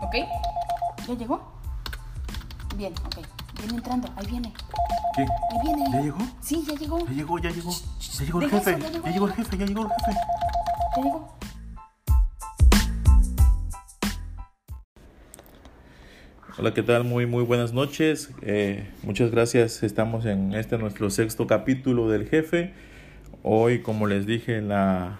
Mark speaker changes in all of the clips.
Speaker 1: ¿Ok? ¿Ya llegó? Bien, ok. Viene entrando, ahí viene.
Speaker 2: ¿Qué?
Speaker 1: Ahí viene.
Speaker 2: ¿Ya llegó?
Speaker 1: Sí, ya llegó.
Speaker 2: Ya llegó. Ya llegó el
Speaker 1: Deja
Speaker 2: jefe.
Speaker 1: eso,
Speaker 2: Ya llegó el jefe.
Speaker 1: Ya llegó.
Speaker 2: Hola, ¿qué tal? Muy buenas noches. Muchas gracias. Estamos en nuestro 6º capítulo del jefe. Hoy, como les dije en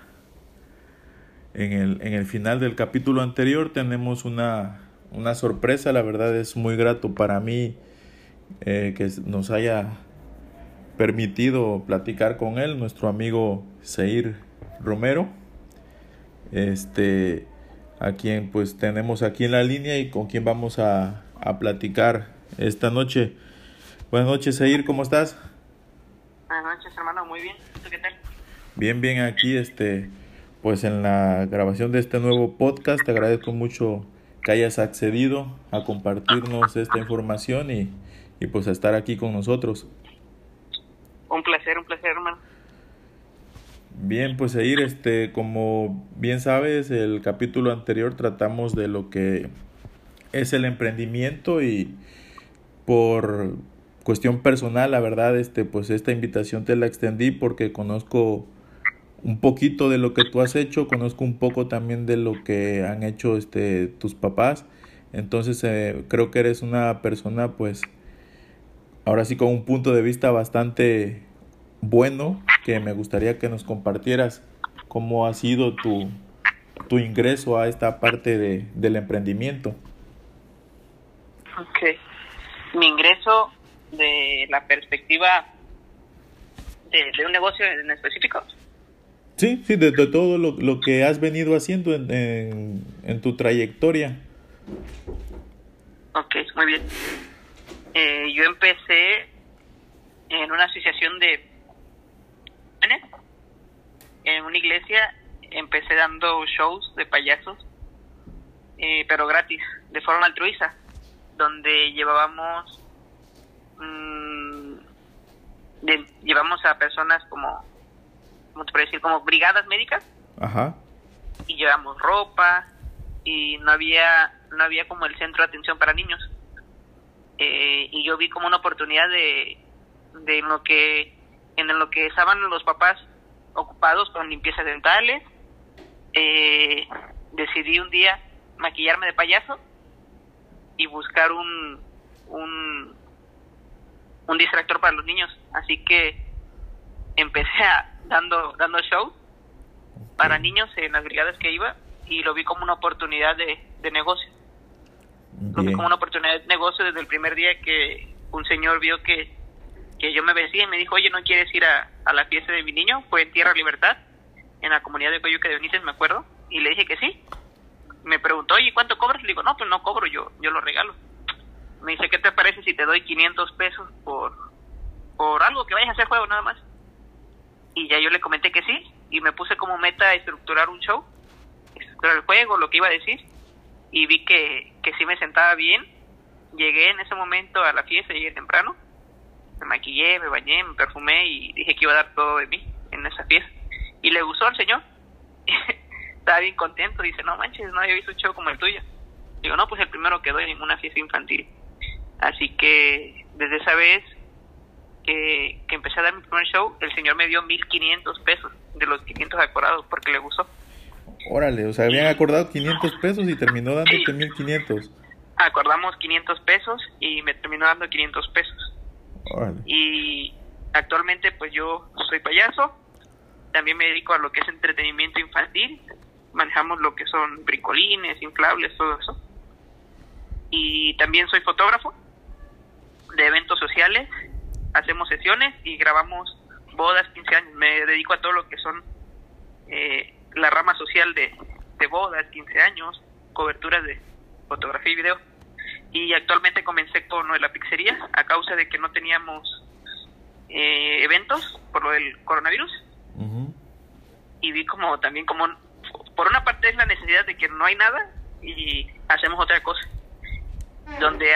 Speaker 2: el final del capítulo anterior, tenemos una sorpresa. La verdad es muy grato para mí que nos haya permitido platicar con él, nuestro amigo Seir Romero, a quien pues tenemos aquí en la línea y con quien vamos a platicar esta noche. Buenas noches, Seir, ¿cómo estás?
Speaker 3: Buenas noches, hermano, muy bien. ¿Tú qué tal?
Speaker 2: Bien, aquí pues en la grabación de este nuevo podcast. Te agradezco mucho que hayas accedido a compartirnos esta información y pues a estar aquí con nosotros.
Speaker 3: Un placer, hermano.
Speaker 2: Bien, pues Seir, como bien sabes, el capítulo anterior tratamos de lo que es el emprendimiento y por cuestión personal, la verdad, pues esta invitación te la extendí porque conozco un poquito de lo que tú has hecho, conozco un poco también de lo que han hecho tus papás. Entonces creo que eres una persona pues ahora sí con un punto de vista bastante bueno, que me gustaría que nos compartieras cómo ha sido tu ingreso a esta parte del emprendimiento.
Speaker 3: Ok. Mi ingreso de la perspectiva de un negocio en específico.
Speaker 2: Sí, de todo lo que has venido haciendo en tu trayectoria.
Speaker 3: Ok, muy bien. Yo empecé en una asociación en una iglesia. Empecé dando shows de payasos, pero gratis, de forma altruista, donde llevábamos a personas como te puedo decir, como brigadas médicas.
Speaker 2: Ajá. Y
Speaker 3: llevamos ropa y no había como el centro de atención para niños. Y yo vi como una oportunidad de en lo que estaban los papás ocupados con limpiezas dentales. Decidí un día maquillarme de payaso y buscar un distractor para los niños. Así que empecé dando shows para niños en las brigadas que iba y lo vi como una oportunidad de negocio. Bien. Lo vi como una oportunidad de negocio desde el primer día que un señor vio que yo me vestía y me dijo, oye, ¿no quieres ir a la fiesta de mi niño? Fue en Tierra Libertad, en la comunidad de Coyuca de Benítez, me acuerdo, y le dije que sí. Me preguntó, oye, ¿cuánto cobras? Le digo, no, pues no cobro, yo lo regalo. Me dice, ¿qué te parece si te doy 500 pesos por algo que vayas a hacer juego nada más? Y ya yo le comenté que sí, y me puse como meta estructurar un show, estructurar el juego, lo que iba a decir, y vi que sí me sentaba bien. Llegué en ese momento a la fiesta, llegué temprano, me maquillé, me bañé, me perfumé y dije que iba a dar todo de mí en esa fiesta. Y le gustó al señor, estaba bien contento, dice, no manches, no había visto un show como el tuyo. Digo, no, pues el primero que doy en una fiesta infantil. Así que desde esa vez que empecé a dar mi primer show, el señor me dio 1,500 pesos de los 500 acordados porque le gustó.
Speaker 2: Órale, o sea, habían acordado 500 pesos y terminó dándote 1,500.
Speaker 3: Acordamos 500 pesos y me terminó dando 500 pesos.
Speaker 2: Órale.
Speaker 3: Y actualmente pues yo soy payaso, también me dedico a lo que es entretenimiento infantil, manejamos lo que son brincolines, inflables, todo eso. Y también soy fotógrafo de eventos sociales, hacemos sesiones y grabamos bodas, 15 años. Me dedico a todo lo que son la rama social de bodas, 15 años, coberturas de fotografía y video. Y actualmente comencé con lo de la pizzería a causa de que no teníamos eventos por lo del coronavirus.
Speaker 2: Uh-huh.
Speaker 3: Y vi como también como por una parte es la necesidad de que no hay nada y hacemos otra cosa donde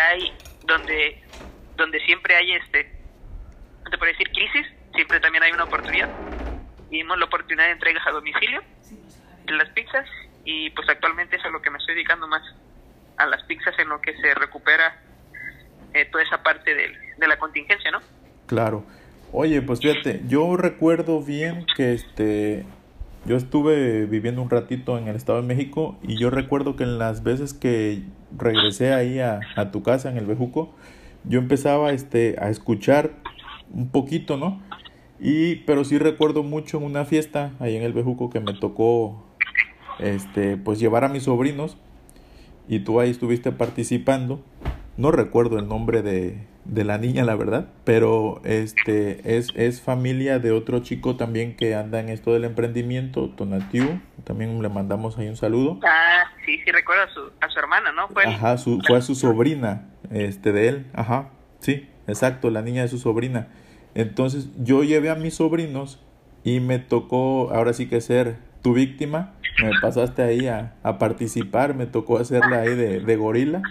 Speaker 3: siempre hay no te puedo decir crisis, siempre también hay una oportunidad. Vimos la oportunidad de entregas a domicilio de las pizzas y pues actualmente es a lo que me estoy dedicando más, a las pizzas en lo que se recupera toda esa parte de la contingencia, ¿no?
Speaker 2: Claro. Oye, pues fíjate, yo recuerdo bien que yo estuve viviendo un ratito en el Estado de México y yo recuerdo que en las veces que regresé ahí a tu casa en el Bejuco, yo empezaba a escuchar un poquito, ¿no? Pero sí recuerdo mucho en una fiesta ahí en el Bejuco que me tocó pues llevar a mis sobrinos y tú ahí estuviste participando. No recuerdo el nombre de la niña, la verdad, pero es familia de otro chico también que anda en esto del emprendimiento, Tonatiu. También le mandamos ahí un saludo.
Speaker 3: Ah, sí, recuerdo a su hermana, ¿no?
Speaker 2: Ajá, fue a su sobrina, de él. Ajá, sí, exacto, la niña de su sobrina. Entonces yo llevé a mis sobrinos y me tocó ahora sí que ser tu víctima. Me pasaste ahí a participar, me tocó hacerla ahí de gorila.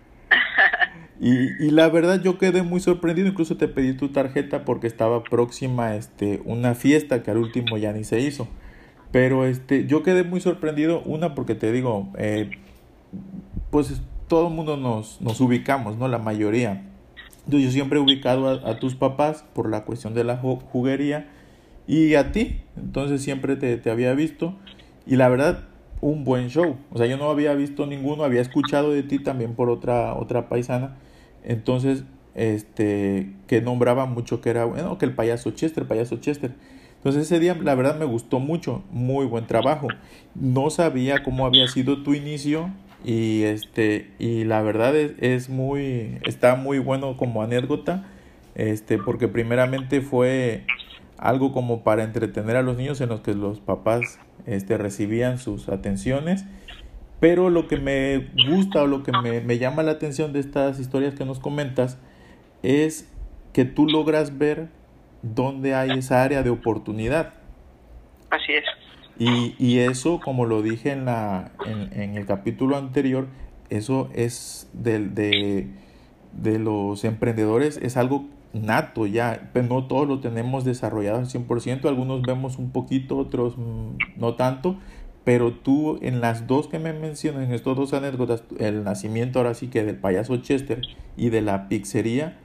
Speaker 2: Y la verdad yo quedé muy sorprendido, incluso te pedí tu tarjeta porque estaba próxima una fiesta que al último ya ni se hizo. Pero yo quedé muy sorprendido, una porque te digo, pues todo el mundo nos ubicamos, ¿no? La mayoría. Yo siempre he ubicado a tus papás por la cuestión de la juguería y a ti, entonces siempre te había visto y la verdad un buen show. O sea, yo no había visto ninguno, había escuchado de ti también por otra paisana. Entonces, que nombraba mucho que era, bueno, que el payaso Chester. Entonces ese día la verdad me gustó mucho, muy buen trabajo. No sabía cómo había sido tu inicio y la verdad está muy bueno como anécdota, porque primeramente fue algo como para entretener a los niños en los que los papás recibían sus atenciones. Pero lo que me gusta o lo que me llama la atención de estas historias que nos comentas es que tú logras ver dónde hay esa área de oportunidad.
Speaker 3: Así es.
Speaker 2: Y eso, como lo dije en el capítulo anterior, eso es de los emprendedores, es algo nato ya, pero no todos lo tenemos desarrollado al 100%, algunos vemos un poquito, otros no tanto. Pero tú en las dos que me mencionas, en estas dos anécdotas, el nacimiento ahora sí que del payaso Chester y de la pizzería,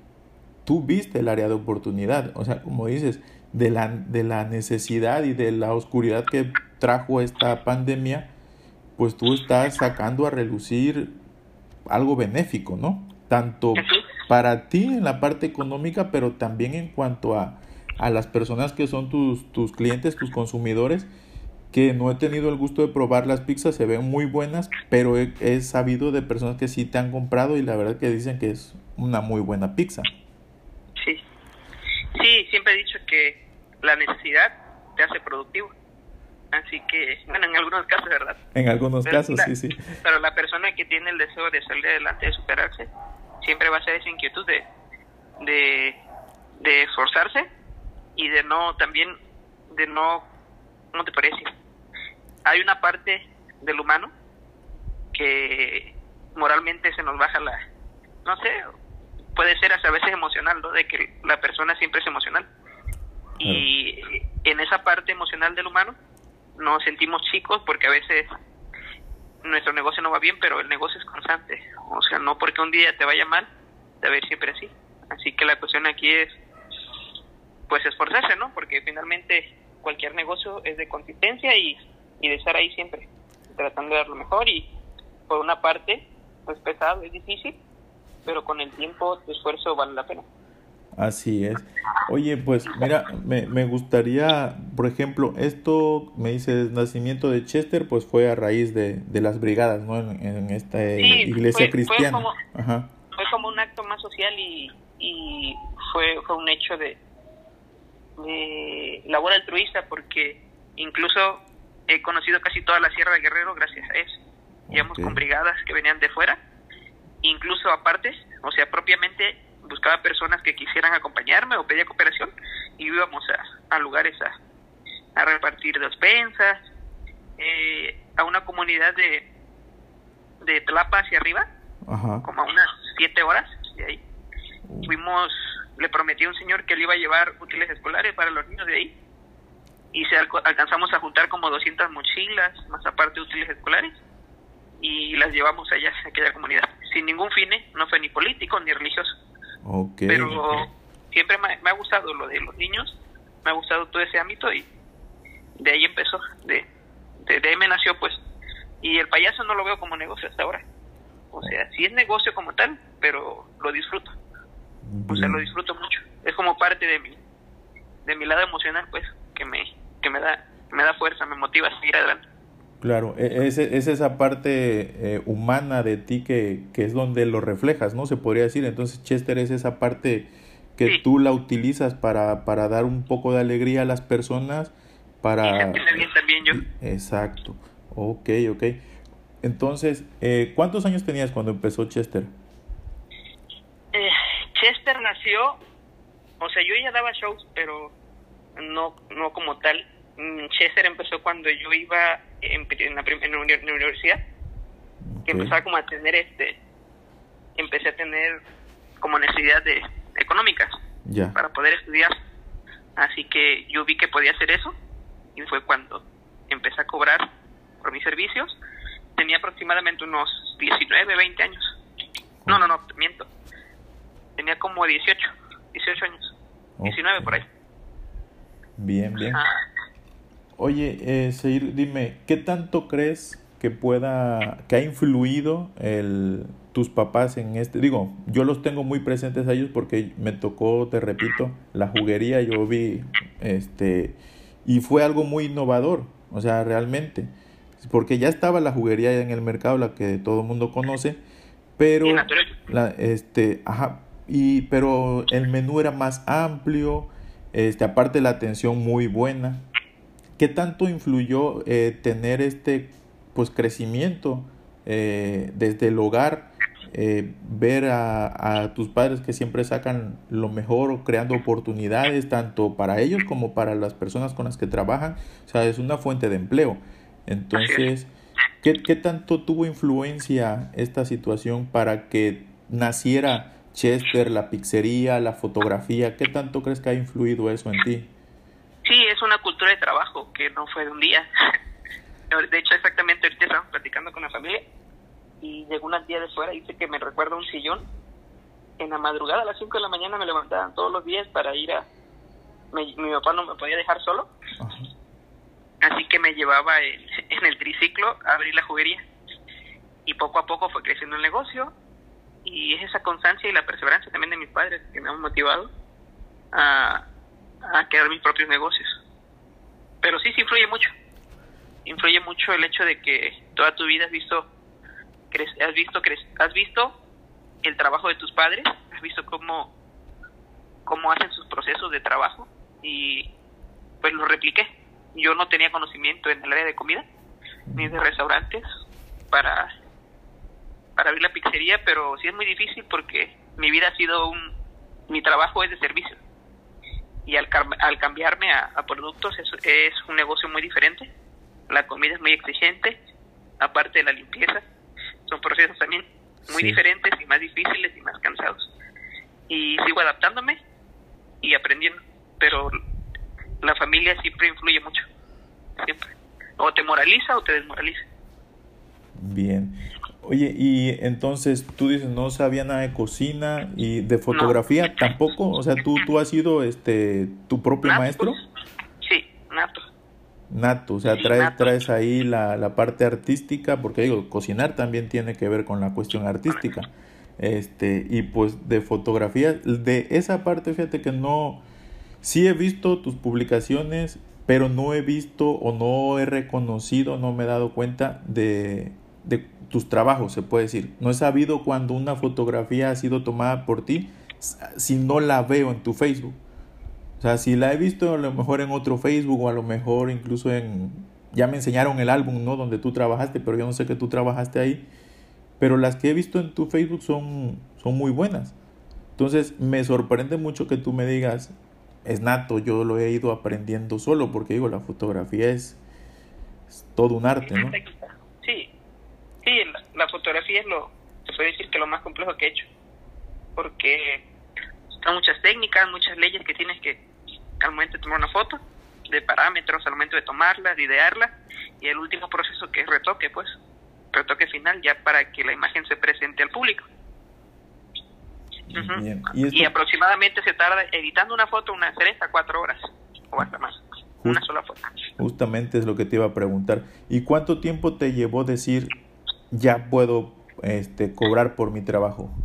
Speaker 2: tú viste el área de oportunidad. O sea, como dices, de la necesidad y de la oscuridad que trajo esta pandemia, pues tú estás sacando a relucir algo benéfico, ¿no? Tanto para ti en la parte económica, pero también en cuanto a las personas que son tus clientes, tus consumidores, que no he tenido el gusto de probar las pizzas, se ven muy buenas, pero he sabido de personas que sí te han comprado y la verdad que dicen que es una muy buena pizza.
Speaker 3: Sí, siempre he dicho que la necesidad te hace productivo, así que, bueno, en algunos casos, ¿verdad?
Speaker 2: En algunos casos, sí.
Speaker 3: Pero la persona que tiene el deseo de salir adelante, de superarse, siempre va a ser esa inquietud de esforzarse y ¿cómo te parece? Hay una parte del humano que moralmente se nos baja no sé, puede ser hasta a veces emocional, ¿no? De que la persona siempre es emocional. Y en esa parte emocional del humano nos sentimos chicos porque a veces nuestro negocio no va bien, pero el negocio es constante. O sea, no porque un día te vaya mal, te va a ir siempre así. Así que la cuestión aquí es, pues, esforzarse, ¿no? Porque finalmente cualquier negocio es de consistencia y de estar ahí siempre, tratando de dar lo mejor. Y por una parte, es pesado, es difícil, pero con el tiempo tu esfuerzo vale la pena.
Speaker 2: Así es. Oye, pues mira, me gustaría, por ejemplo, esto me dices, nacimiento de Chester, pues fue a raíz de las brigadas, ¿no? En esta iglesia cristiana.
Speaker 3: Fue como un acto más social y fue un hecho de labor altruista, porque incluso he conocido casi toda la Sierra de Guerrero gracias a eso. Íbamos con brigadas que venían de fuera, incluso aparte, o sea, propiamente buscaba personas que quisieran acompañarme o pedía cooperación y íbamos a lugares a repartir despensas, a una comunidad de Tlapa hacia arriba, como a unas 7 horas de ahí. Le prometí a un señor que le iba a llevar útiles escolares para los niños de ahí y alcanzamos a juntar como 200 mochilas, más aparte útiles escolares, y las llevamos allá, a aquella comunidad, sin ningún fin, no fue ni político ni religioso.
Speaker 2: Okay.
Speaker 3: Pero siempre me ha gustado lo de los niños, me ha gustado todo ese ámbito y de ahí empezó, de ahí me nació pues. Y el payaso no lo veo como negocio hasta ahora. O sea, sí es negocio como tal, pero lo disfruto. O sea, lo disfruto mucho. Es como parte de mi lado emocional, pues, que me da fuerza, me motiva a seguir adelante.
Speaker 2: Claro, es esa parte humana de ti que es donde lo reflejas, ¿no? Se podría decir. Entonces, Chester es esa parte que sí, tú la utilizas para dar un poco de alegría a las personas, para...
Speaker 3: Y sentirme bien también yo.
Speaker 2: Exacto. Ok. Entonces, ¿cuántos años tenías cuando empezó Chester?
Speaker 3: Chester nació, o sea, yo ya daba shows, pero no como tal. Chester empezó cuando yo iba en la universidad, que empezaba como a tener empecé a tener como necesidad económicas para poder estudiar, así que yo vi que podía hacer eso y fue cuando empecé a cobrar por mis servicios. Tenía aproximadamente unos 19, 20 años. No, miento. Tenía como 18 años. 19 por ahí.
Speaker 2: Bien. Oye, Seir, dime, ¿qué tanto crees que ha influido tus papás en digo, yo los tengo muy presentes a ellos porque me tocó, te repito, la juguería, yo vi, y fue algo muy innovador, o sea, realmente, porque ya estaba la juguería en el mercado, la que todo el mundo conoce, pero, pero el menú era más amplio, aparte la atención muy buena. ¿Qué tanto influyó tener pues crecimiento desde el hogar, ver a tus padres que siempre sacan lo mejor, creando oportunidades tanto para ellos como para las personas con las que trabajan? O sea, es una fuente de empleo. Entonces, ¿qué tanto tuvo influencia esta situación para que naciera Chester, la pizzería, la fotografía? ¿Qué tanto crees que ha influido eso en ti?
Speaker 3: Sí, es una cultura de trabajo que no fue de un día. De hecho, exactamente ahorita estábamos platicando con la familia y llegó una tía de fuera y dice que me recuerda un sillón. En la madrugada a las 5 de la mañana me levantaban todos los días para ir mi papá no me podía dejar solo. Ajá. Así que me llevaba en el triciclo a abrir la juguería. Y poco a poco fue creciendo el negocio. Y es esa constancia y la perseverancia también de mis padres que me han motivado a crear mis propios negocios. Pero sí influye mucho. Influye mucho el hecho de que toda tu vida has visto el trabajo de tus padres, has visto cómo hacen sus procesos de trabajo y pues lo repliqué. Yo no tenía conocimiento en el área de comida ni de restaurantes para abrir la pizzería, pero sí es muy difícil porque mi vida ha sido mi trabajo es de servicio. Y al cambiarme a productos es un negocio muy diferente. La comida es muy exigente, aparte de la limpieza. Son procesos también muy diferentes y más difíciles y más cansados. Y sigo adaptándome y aprendiendo. Pero la familia siempre influye mucho. Siempre. O te moraliza o te desmoraliza.
Speaker 2: Bien. Oye, y entonces tú dices no sabía nada de cocina y de fotografía tampoco, o sea, tú has sido tu propio maestro.
Speaker 3: Sí,
Speaker 2: nato, o sea, traes ahí la parte artística, porque digo, cocinar también tiene que ver con la cuestión artística. Y pues de fotografía, de esa parte, fíjate que sí he visto tus publicaciones, pero no he visto o no he reconocido, no me he dado cuenta de tus trabajos, se puede decir. No he sabido cuando una fotografía ha sido tomada por ti si no la veo en tu Facebook. O sea, si la he visto a lo mejor en otro Facebook o a lo mejor incluso ya me enseñaron el álbum, ¿no? Donde tú trabajaste, pero yo no sé que tú trabajaste ahí. Pero las que he visto en tu Facebook son muy buenas. Entonces me sorprende mucho que tú me digas, es nato, yo lo he ido aprendiendo solo, porque digo, la fotografía es todo un arte, ¿no?
Speaker 3: Sí, la fotografía se puede decir que lo más complejo que he hecho, porque son muchas técnicas, muchas leyes que tienes que al momento de tomar una foto, de parámetros al momento de tomarla, de idearla, y el último proceso que es retoque, pues. retoque final, ya para que la imagen se presente al público.
Speaker 2: Bien.
Speaker 3: Y aproximadamente se tarda editando una foto, unas 3 a 4 horas o hasta más, una sola foto.
Speaker 2: Justamente es lo que te iba a preguntar. ¿Y cuánto tiempo te llevó decir ya puedo cobrar por mi trabajo?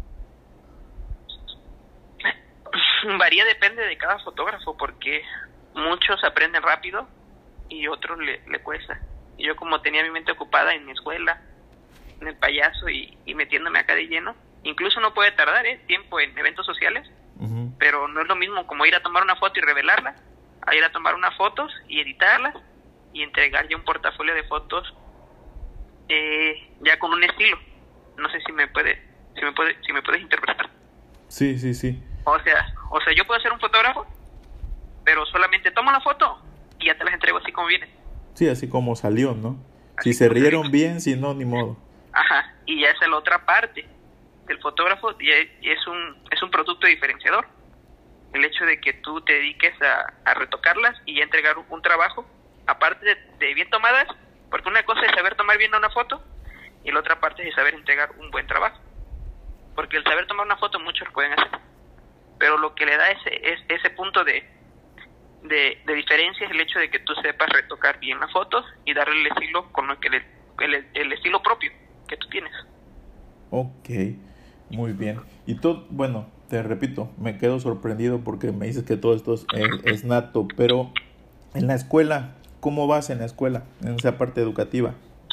Speaker 3: Varía, depende de cada fotógrafo, porque muchos aprenden rápido y otros le cuesta. Y yo, como tenía mi mente ocupada en mi escuela, en el payaso y metiéndome acá de lleno, incluso no puede tardar tiempo en eventos sociales, pero no es lo mismo como ir a tomar una foto y revelarla, a ir a tomar unas fotos y editarlas y entregar ya un portafolio de fotos ya con un estilo. No sé si me puedes interpretar.
Speaker 2: Sí.
Speaker 3: O sea, yo puedo ser un fotógrafo, pero solamente tomo la foto y ya te las entrego así como vienen.
Speaker 2: Sí, así como salió, ¿no?
Speaker 3: Así
Speaker 2: si se rieron bien, si no, ni modo.
Speaker 3: Ajá, y ya esa es la otra parte del fotógrafo, y es un producto diferenciador. El hecho de que tú te dediques a retocarlas y ya entregar un trabajo, aparte de bien tomadas, porque una cosa es saber tomar bien una foto y la otra parte es saber entregar un buen trabajo. Porque el saber tomar una foto muchos lo pueden hacer, pero lo que le da ese punto de diferencia es el hecho de que tú sepas retocar bien la foto y darle el estilo con lo que el estilo propio que tú tienes.
Speaker 2: Ok, muy bien. Y todo, bueno, te repito, me quedo sorprendido porque me dices que todo esto es nato, pero en la escuela, ¿cómo vas en la escuela, en esa parte educativa?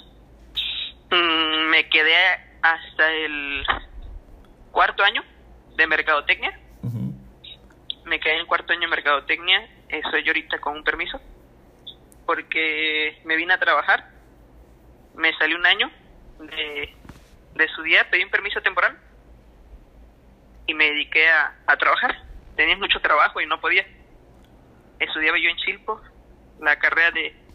Speaker 3: Me quedé hasta el 4º año de mercadotecnia. Me quedé en el 4º año de mercadotecnia. Estoy yo ahorita con un permiso porque me vine a trabajar. Me salió un año de estudiar, pedí un permiso temporal y me dediqué a trabajar. Tenía mucho trabajo y no podía. Estudiaba yo en Chilpo la carrera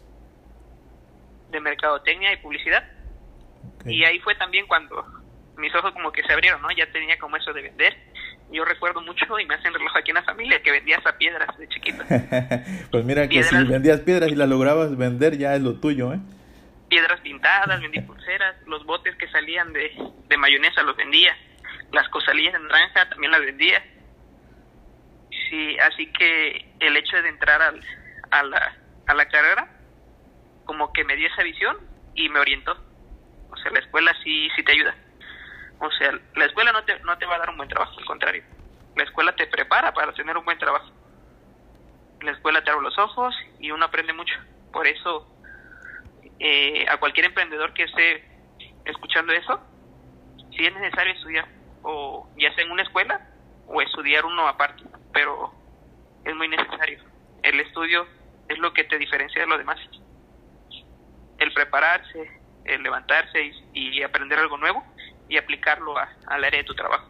Speaker 3: de mercadotecnia y publicidad. Okay. Y ahí fue también cuando mis ojos como que se abrieron, ¿no? Ya tenía como eso de vender. Yo recuerdo mucho, y me hacen reloj aquí en la familia, que vendía hasta piedras de chiquito.
Speaker 2: Pues mira, que si vendías piedras y las lograbas vender, ya es lo tuyo, ¿eh?
Speaker 3: Piedras pintadas, vendí pulseras, los botes que salían de mayonesa los vendía, las cosalillas de naranja también las vendía. Sí, así que el hecho de entrar a la carrera como que me dio esa visión y me orientó. O sea, la escuela sí te ayuda. O sea, la escuela no te va a dar un buen trabajo, al contrario. La escuela te prepara para tener un buen trabajo. La escuela te abre los ojos y uno aprende mucho. Por eso, a cualquier emprendedor que esté escuchando eso, sí es necesario estudiar, o ya sea en una escuela o estudiar uno aparte, pero es muy necesario. El estudio es lo que te diferencia de los demás. El prepararse, el levantarse y aprender algo nuevo y aplicarlo al área de tu trabajo.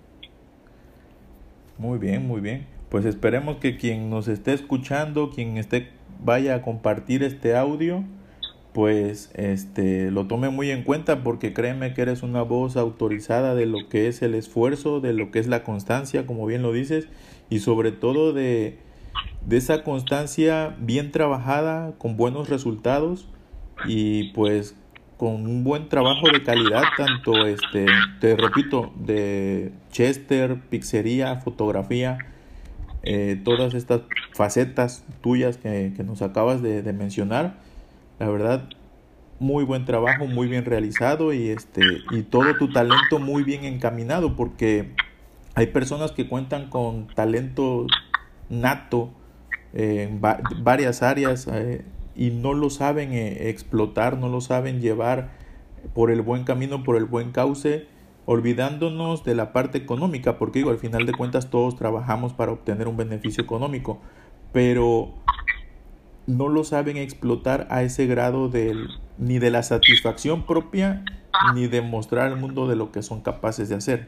Speaker 2: Muy bien, muy bien. Pues esperemos que quien nos esté escuchando, quien vaya a compartir este audio, pues lo tome muy en cuenta, porque créeme que eres una voz autorizada de lo que es el esfuerzo, de lo que es la constancia, como bien lo dices, y sobre todo de esa constancia bien trabajada, con buenos resultados y pues con un buen trabajo de calidad, tanto te repito, de Chester, pizzería, fotografía, todas estas facetas tuyas que nos acabas de mencionar. La verdad, muy buen trabajo, muy bien realizado y todo tu talento muy bien encaminado, porque hay personas que cuentan con talento nato en varias áreas y no lo saben explotar, no lo saben llevar por el buen camino, por el buen cauce, olvidándonos de la parte económica, porque al final de cuentas todos trabajamos para obtener un beneficio económico, pero no lo saben explotar a ese grado ni de la satisfacción propia, ni de mostrar al mundo de lo que son capaces de hacer.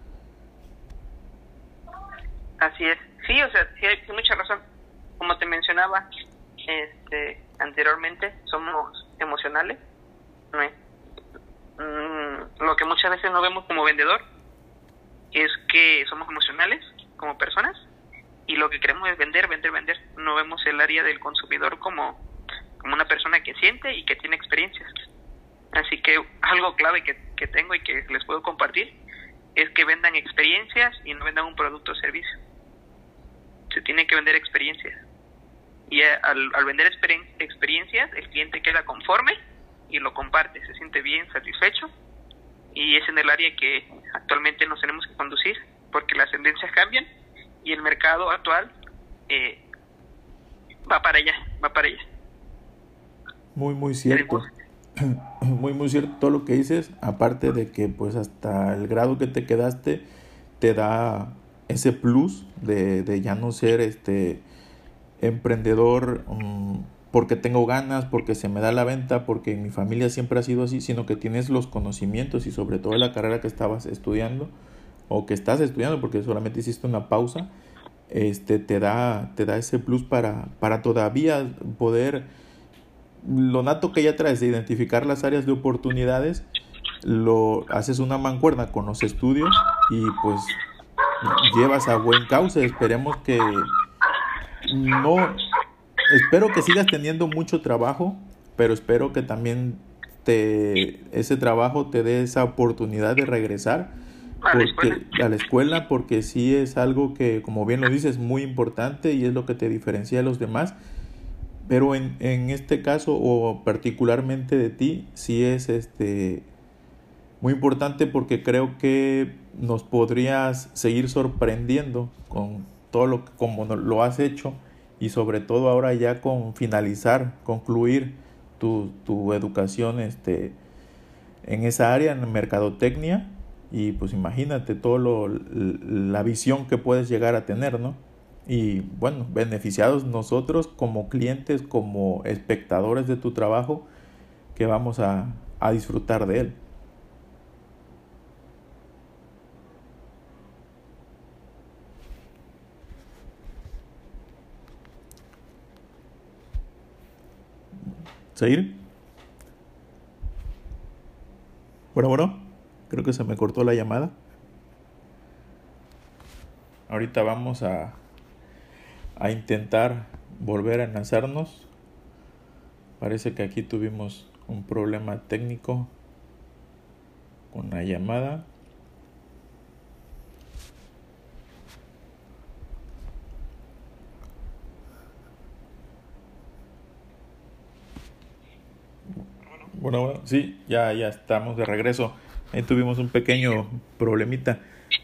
Speaker 3: Así es. Sí, o sea, sí hay mucha razón. Como te mencionaba anteriormente, somos emocionales. Lo que muchas veces no vemos como vendedor es que somos emocionales como personas, y lo que queremos es vender. No vemos el área del consumidor como una persona que siente y que tiene experiencias. Así que algo clave que tengo y que les puedo compartir es que vendan experiencias y no vendan un producto o servicio. Se tienen que vender experiencias. Y al vender experiencias, el cliente queda conforme y lo comparte, se siente bien, satisfecho. Y es en el área que actualmente nos tenemos que conducir, porque las tendencias cambian y el mercado actual va para allá.
Speaker 2: Muy cierto. Muy cierto todo lo que dices, aparte de que pues hasta el grado que te quedaste te da ese plus de ya no ser emprendedor porque tengo ganas, porque se me da la venta, porque mi familia siempre ha sido así, sino que tienes los conocimientos y sobre todo la carrera que estabas estudiando o que estás estudiando, porque solamente hiciste una pausa, te da ese plus para todavía poder, lo nato que ya traes de identificar las áreas de oportunidades, lo haces una mancuerna con los estudios y pues llevas a buen cauce. Esperemos que espero que sigas teniendo mucho trabajo, pero espero que también ese trabajo te dé esa oportunidad de regresar a la escuela, porque sí es algo que, como bien lo dices, muy importante y es lo que te diferencia de los demás. Pero en este caso, o particularmente de ti, sí es muy importante, porque creo que nos podrías seguir sorprendiendo con todo lo que como lo has hecho, y sobre todo ahora ya con concluir tu educación en esa área, en mercadotecnia, y pues imagínate la visión que puedes llegar a tener, ¿no? Y bueno, beneficiados nosotros como clientes, como espectadores de tu trabajo, que vamos a disfrutar de él. ¿Seguir? Bueno, creo que se me cortó la llamada. Ahorita vamos a intentar volver a enlazarnos. Parece que aquí tuvimos un problema técnico con la llamada. Bueno, sí, ya estamos de regreso. Ahí tuvimos un pequeño problemita.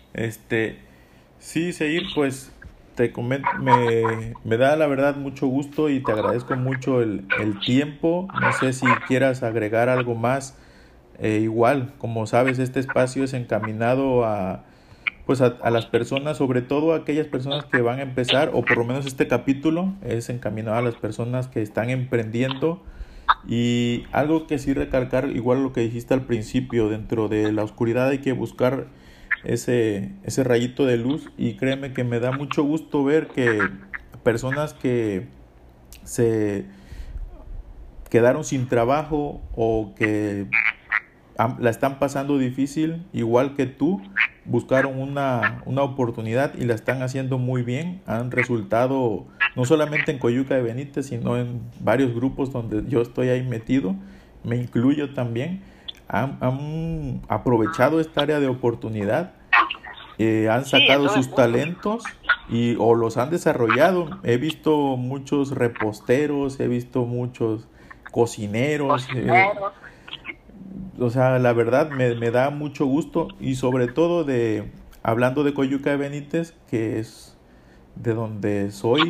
Speaker 2: Sí, seguir, pues te comento, me da la verdad mucho gusto y te agradezco mucho el tiempo. No sé si quieras agregar algo más. Igual, como sabes, este espacio es encaminado a las personas, sobre todo a aquellas personas que van a empezar, o por lo menos este capítulo es encaminado a las personas que están emprendiendo. Y algo que sí recalcar, igual lo que dijiste al principio, dentro de la oscuridad hay que buscar ese rayito de luz, y créeme que me da mucho gusto ver que personas que se quedaron sin trabajo o que la están pasando difícil, igual que tú, buscaron una oportunidad y la están haciendo muy bien. Han resultado no solamente en Coyuca de Benítez, sino en varios grupos donde yo estoy ahí metido, me incluyo también. Han aprovechado esta área de oportunidad, han sacado sus talentos o los han desarrollado. He visto muchos reposteros, he visto muchos cocineros. O sea, la verdad me da mucho gusto, y sobre todo hablando de Coyuca de Benítez, que es de donde soy,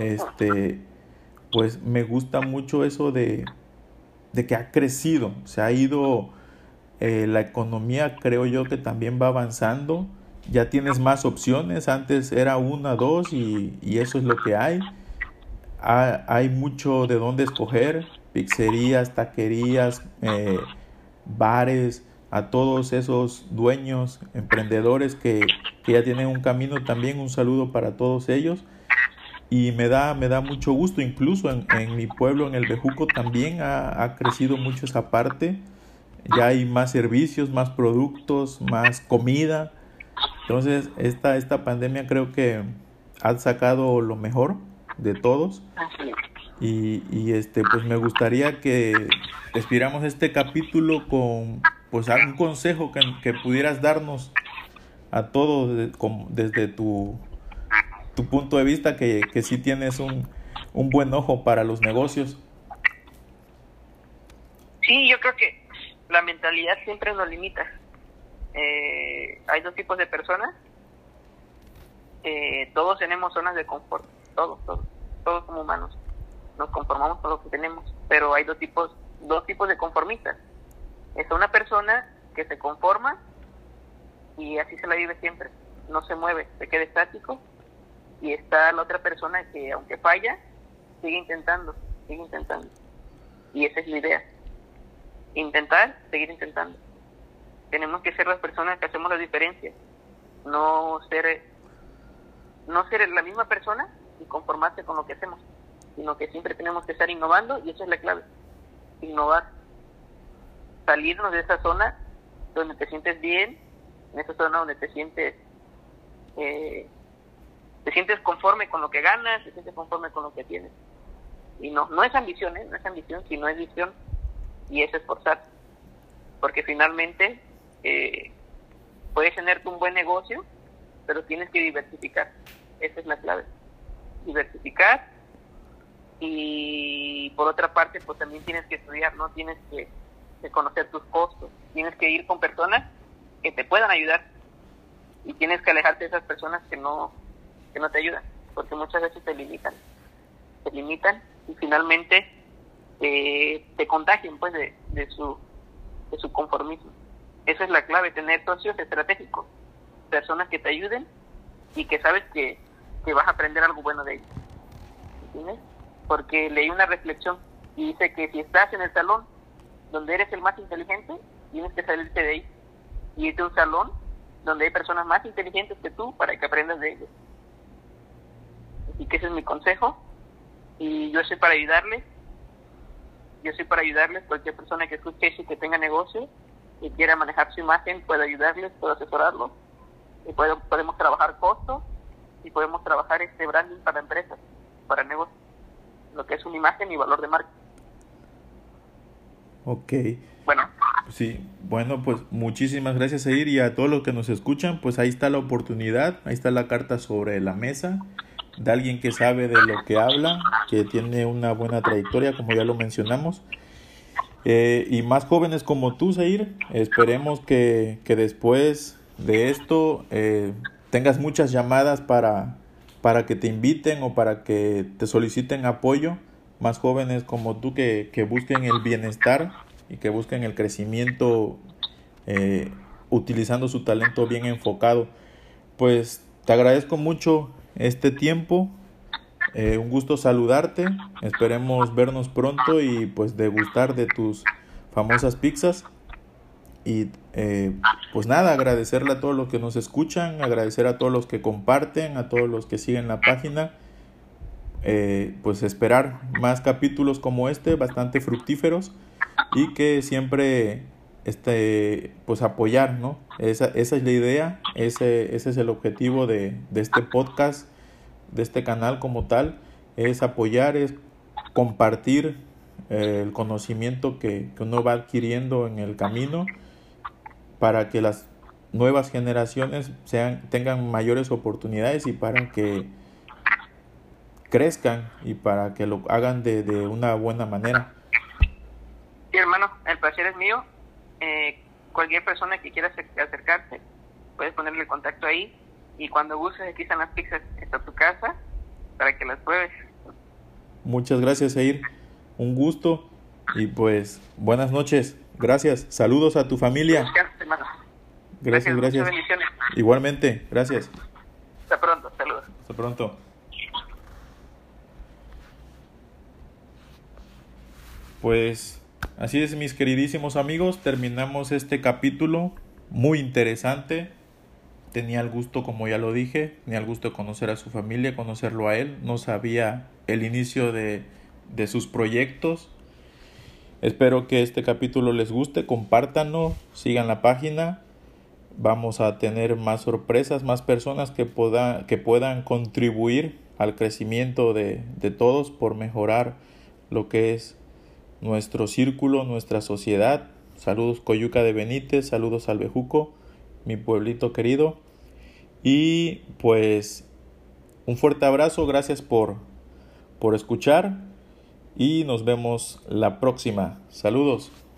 Speaker 2: pues me gusta mucho eso de que ha crecido, se ha ido, la economía creo yo que también va avanzando, ya tienes más opciones, antes era una, dos y eso es lo que hay. Hay mucho de dónde escoger, pizzerías, taquerías, bares, a todos esos dueños, emprendedores que ya tienen un camino también. Un saludo para todos ellos, y me da mucho gusto. Incluso en mi pueblo, en el Bejuco, también ha crecido mucho esa parte. Ya hay más servicios, más productos, más comida. Entonces esta pandemia creo que ha sacado lo mejor de todos. Pues me gustaría que despidamos este capítulo con pues algún consejo que pudieras darnos a todos desde tu punto de vista, que sí tienes un buen ojo para los negocios.
Speaker 3: Sí, yo creo que la mentalidad siempre nos limita. Hay dos tipos de personas. Todos tenemos zonas de confort, todos como humanos nos conformamos con lo que tenemos, pero hay dos tipos de conformistas. Es una persona que se conforma y así se la vive siempre, no se mueve, se queda estático, y está la otra persona que aunque falla, sigue intentando, y esa es la idea, intentar, seguir intentando. Tenemos que ser las personas que hacemos la diferencia, no ser la misma persona y conformarse con lo que hacemos, sino que siempre tenemos que estar innovando, y esa es la clave, innovar, salirnos de esa zona donde te sientes bien, en esa zona donde te sientes conforme con lo que ganas, te sientes conforme con lo que tienes, y no es ambición, no es ambición, sino es visión, y es esforzar, porque finalmente puedes tener un buen negocio, pero tienes que diversificar. Esa es la clave, diversificar. Y por otra parte, pues también tienes que estudiar, ¿no? Tienes que conocer tus costos, tienes que ir con personas que te puedan ayudar, y tienes que alejarte de esas personas que no te ayudan, porque muchas veces te limitan y finalmente te contagian pues de su conformismo. Esa es la clave, tener socios estratégicos, personas que te ayuden y que sabes que vas a aprender algo bueno de ellos, ¿entiendes? Porque leí una reflexión y dice que si estás en el salón donde eres el más inteligente, tienes que salirte de ahí y irte a un salón donde hay personas más inteligentes que tú para que aprendas de ellos. Así que ese es mi consejo, y yo soy para ayudarles. Cualquier persona que escuche eso y que tenga negocio y quiera manejar su imagen, puedo ayudarles, puedo asesorarlos, y podemos trabajar costos, y podemos trabajar branding para empresas, para negocios, lo que es una imagen y valor de marca.
Speaker 2: Ok.
Speaker 3: Bueno.
Speaker 2: Sí, bueno, pues muchísimas gracias, Eir, y a todos los que nos escuchan, pues ahí está la oportunidad, ahí está la carta sobre la mesa de alguien que sabe de lo que habla, que tiene una buena trayectoria, como ya lo mencionamos, y más jóvenes como tú, Eir. Esperemos que después de esto tengas muchas llamadas para que te inviten o para que te soliciten apoyo, más jóvenes como tú que busquen el bienestar y que busquen el crecimiento utilizando su talento bien enfocado. Pues te agradezco mucho este tiempo, un gusto saludarte, esperemos vernos pronto y pues degustar de tus famosas pizzas. Y pues nada, agradecerle a todos los que nos escuchan, agradecer a todos los que comparten, a todos los que siguen la página, pues esperar más capítulos como este, bastante fructíferos, y que siempre pues apoyar, ¿no? Esa es la idea, ese es el objetivo de este podcast, de este canal como tal, es apoyar, es compartir el conocimiento que uno va adquiriendo en el camino, para que las nuevas generaciones tengan mayores oportunidades y para que crezcan y para que lo hagan de una buena manera.
Speaker 3: Sí, hermano, el placer es mío. Cualquier persona que quiera acercarse, puedes ponerle el contacto ahí, y cuando gustes, aquí están las pizzas, está tu casa para que las pruebes. Muchas
Speaker 2: gracias, Eir, un gusto, y pues buenas noches. Gracias, saludos a tu familia. Gracias.
Speaker 3: Muchas bendiciones.
Speaker 2: Igualmente, gracias.
Speaker 3: Hasta pronto, saludos.
Speaker 2: Hasta pronto. Pues así es, mis queridísimos amigos, terminamos este capítulo muy interesante. Tenía el gusto, como ya lo dije, tenía el gusto de conocer a su familia, conocerlo a él. No sabía el inicio de sus proyectos. Espero que este capítulo les guste, compártanlo, sigan la página. Vamos a tener más sorpresas, más personas que puedan contribuir al crecimiento de todos, por mejorar lo que es nuestro círculo, nuestra sociedad. Saludos Coyuca de Benítez, saludos al Bejuco, mi pueblito querido. Y pues un fuerte abrazo, gracias por escuchar y nos vemos la próxima. Saludos.